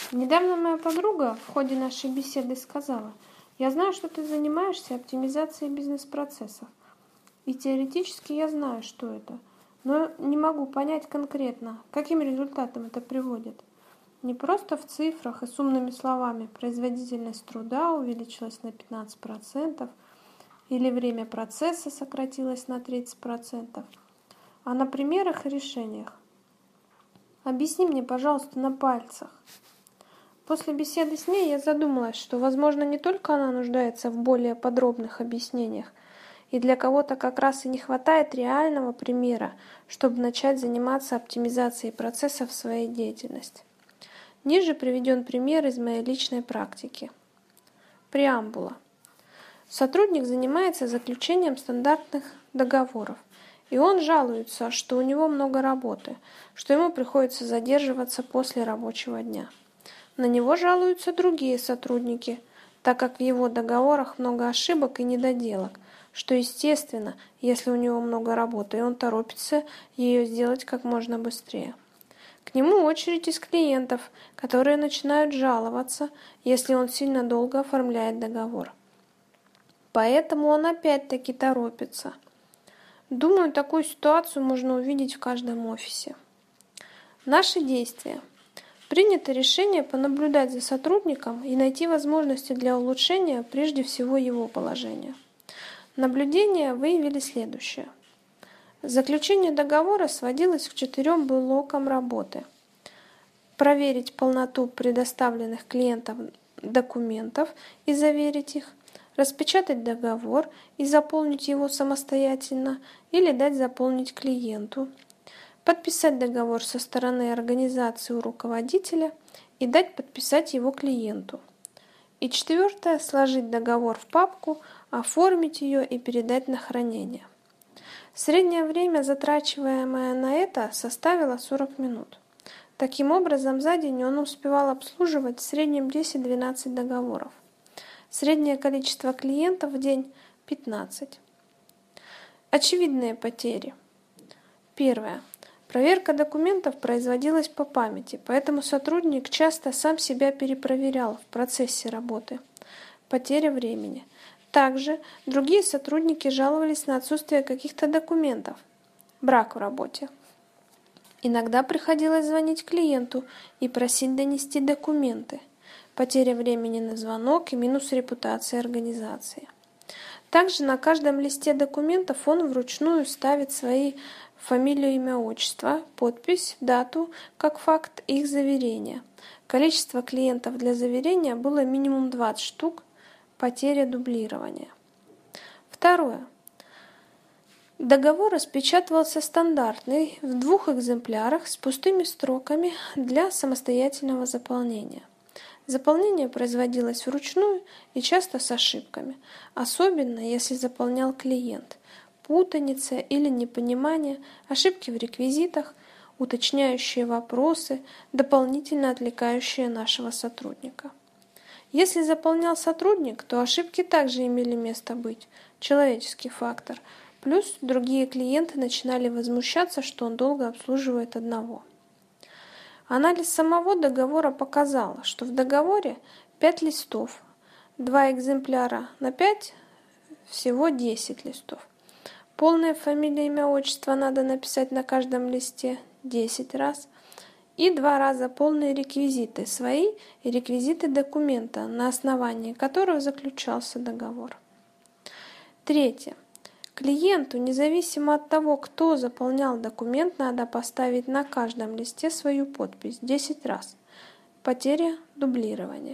Недавно моя подруга в ходе нашей беседы сказала: «Я знаю, что ты занимаешься оптимизацией бизнес-процессов, и теоретически я знаю, что это, но не могу понять конкретно, к каким результатам это приводит. Не просто в цифрах и с умными словами производительность труда увеличилась на 15% или время процесса сократилось на 30%, а на примерах и решениях. Объясни мне, пожалуйста, на пальцах». После беседы с ней я задумалась, что, возможно, не только она нуждается в более подробных объяснениях, и для кого-то как раз и не хватает реального примера, чтобы начать заниматься оптимизацией процессов в своей деятельности. Ниже приведен пример из моей личной практики. Преамбула. Сотрудник занимается заключением стандартных договоров, и он жалуется, что у него много работы, что ему приходится задерживаться после рабочего дня. На него жалуются другие сотрудники, так как в его договорах много ошибок и недоделок, что естественно, если у него много работы, и он торопится ее сделать как можно быстрее. К нему очередь из клиентов, которые начинают жаловаться, если он сильно долго оформляет договор. Поэтому он опять-таки торопится. Думаю, такую ситуацию можно увидеть в каждом офисе. Наши действия. Принято решение понаблюдать за сотрудником и найти возможности для улучшения прежде всего его положения. Наблюдения выявили следующее. Заключение договора сводилось к 4 блокам работы. Проверить полноту предоставленных клиентам документов и заверить их, распечатать договор и заполнить его самостоятельно или дать заполнить клиенту, подписать договор со стороны организации у руководителя и дать подписать его клиенту. И 4. Сложить договор в папку, оформить ее и передать на хранение. Среднее время, затрачиваемое на это, составило 40 минут. Таким образом, за день он успевал обслуживать в среднем 10-12 договоров. Среднее количество клиентов в день – 15. Очевидные потери. Первое. Проверка документов производилась по памяти, поэтому сотрудник часто сам себя перепроверял в процессе работы. Потеря времени. Также другие сотрудники жаловались на отсутствие каких-то документов. Брак в работе. Иногда приходилось звонить клиенту и просить донести документы. Потеря времени на звонок и минус репутации организации. Также на каждом листе документов он вручную ставит свои фамилию, имя, отчество, подпись, дату, как факт их заверения. Количество клиентов для заверения было минимум 20 штук, потеря дублирования. Второе. Договор распечатывался стандартный в 2 экземплярах с пустыми строками для самостоятельного заполнения. Заполнение производилось вручную и часто с ошибками, особенно если заполнял клиент. Путаница или непонимание, ошибки в реквизитах, уточняющие вопросы, дополнительно отвлекающие нашего сотрудника. Если заполнял сотрудник, то ошибки также имели место быть, человеческий фактор, плюс другие клиенты начинали возмущаться, что он долго обслуживает одного. Анализ самого договора показал, что в договоре 5 листов, 2 экземпляра на 5, всего 10 листов. Полная фамилия, имя, отчество надо написать на каждом листе 10 раз. И 2 раза полные реквизиты свои и реквизиты документа, на основании которого заключался договор. Третье. Клиенту, независимо от того, кто заполнял документ, надо поставить на каждом листе свою подпись 10 раз. Потеря дублирования.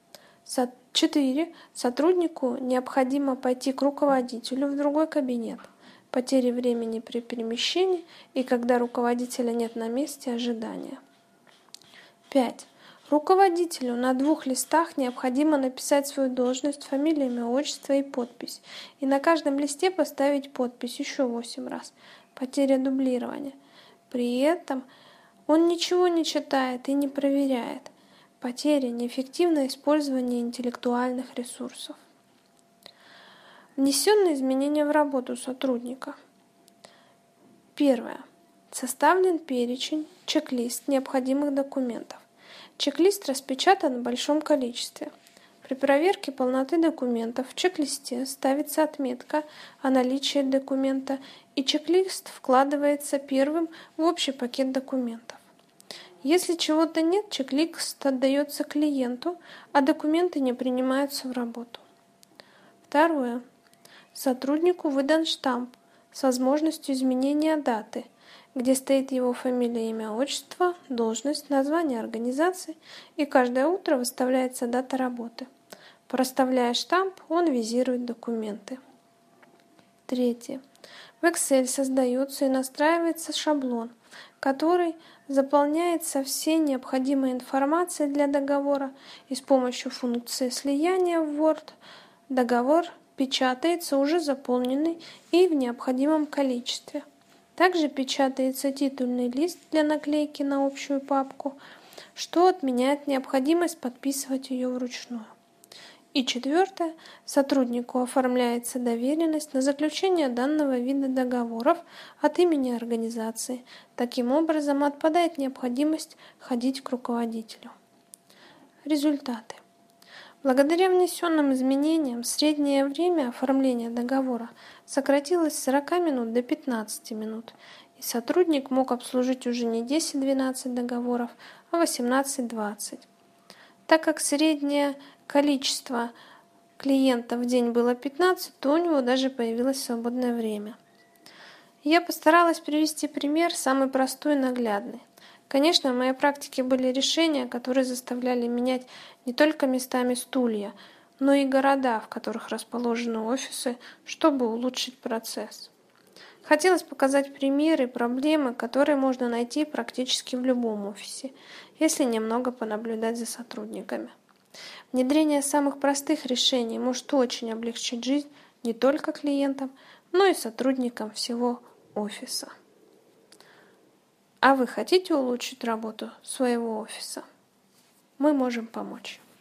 4. Сотруднику необходимо пойти к руководителю в другой кабинет. Потери времени при перемещении и когда руководителя нет на месте, ожидания. 5. Руководителю на 2 листах необходимо написать свою должность, фамилию, имя, отчество и подпись. И на каждом листе поставить подпись еще 8 раз. Потеря дублирования. При этом он ничего не читает и не проверяет. Потеря, неэффективное использование интеллектуальных ресурсов. Внесенные изменения в работу сотрудника. Первое. Составлен перечень, чек-лист необходимых документов. Чек-лист распечатан в большом количестве. При проверке полноты документов в чек-листе ставится отметка о наличии документа, и чек-лист вкладывается первым в общий пакет документов. Если чего-то нет, чек-лист отдается клиенту, а документы не принимаются в работу. Второе. Сотруднику выдан штамп с возможностью изменения даты, где стоит его фамилия, имя, отчество, должность, название организации, и каждое утро выставляется дата работы. Проставляя штамп, он визирует документы. Третье. В Excel создается и настраивается шаблон, который заполняется всей необходимой информацией для договора, и с помощью функции слияния в Word договор печатается уже заполненный и в необходимом количестве. Также печатается титульный лист для наклейки на общую папку, что отменяет необходимость подписывать ее вручную. И четвертое. Сотруднику оформляется доверенность на заключение данного вида договоров от имени организации. Таким образом, отпадает необходимость ходить к руководителю. Результаты. Благодаря внесенным изменениям среднее время оформления договора сократилось с 40 минут до 15 минут, и сотрудник мог обслужить уже не 10-12 договоров, а 18-20. Так как среднее количество клиентов в день было 15, то у него даже появилось свободное время. Я постаралась привести пример самый простой и наглядный. Конечно, в моей практике были решения, которые заставляли менять не только местами стулья, но и города, в которых расположены офисы, чтобы улучшить процесс. Хотелось показать примеры, проблемы, которые можно найти практически в любом офисе, если немного понаблюдать за сотрудниками. Внедрение самых простых решений может очень облегчить жизнь не только клиентам, но и сотрудникам всего офиса. А вы хотите улучшить работу своего офиса? Мы можем помочь.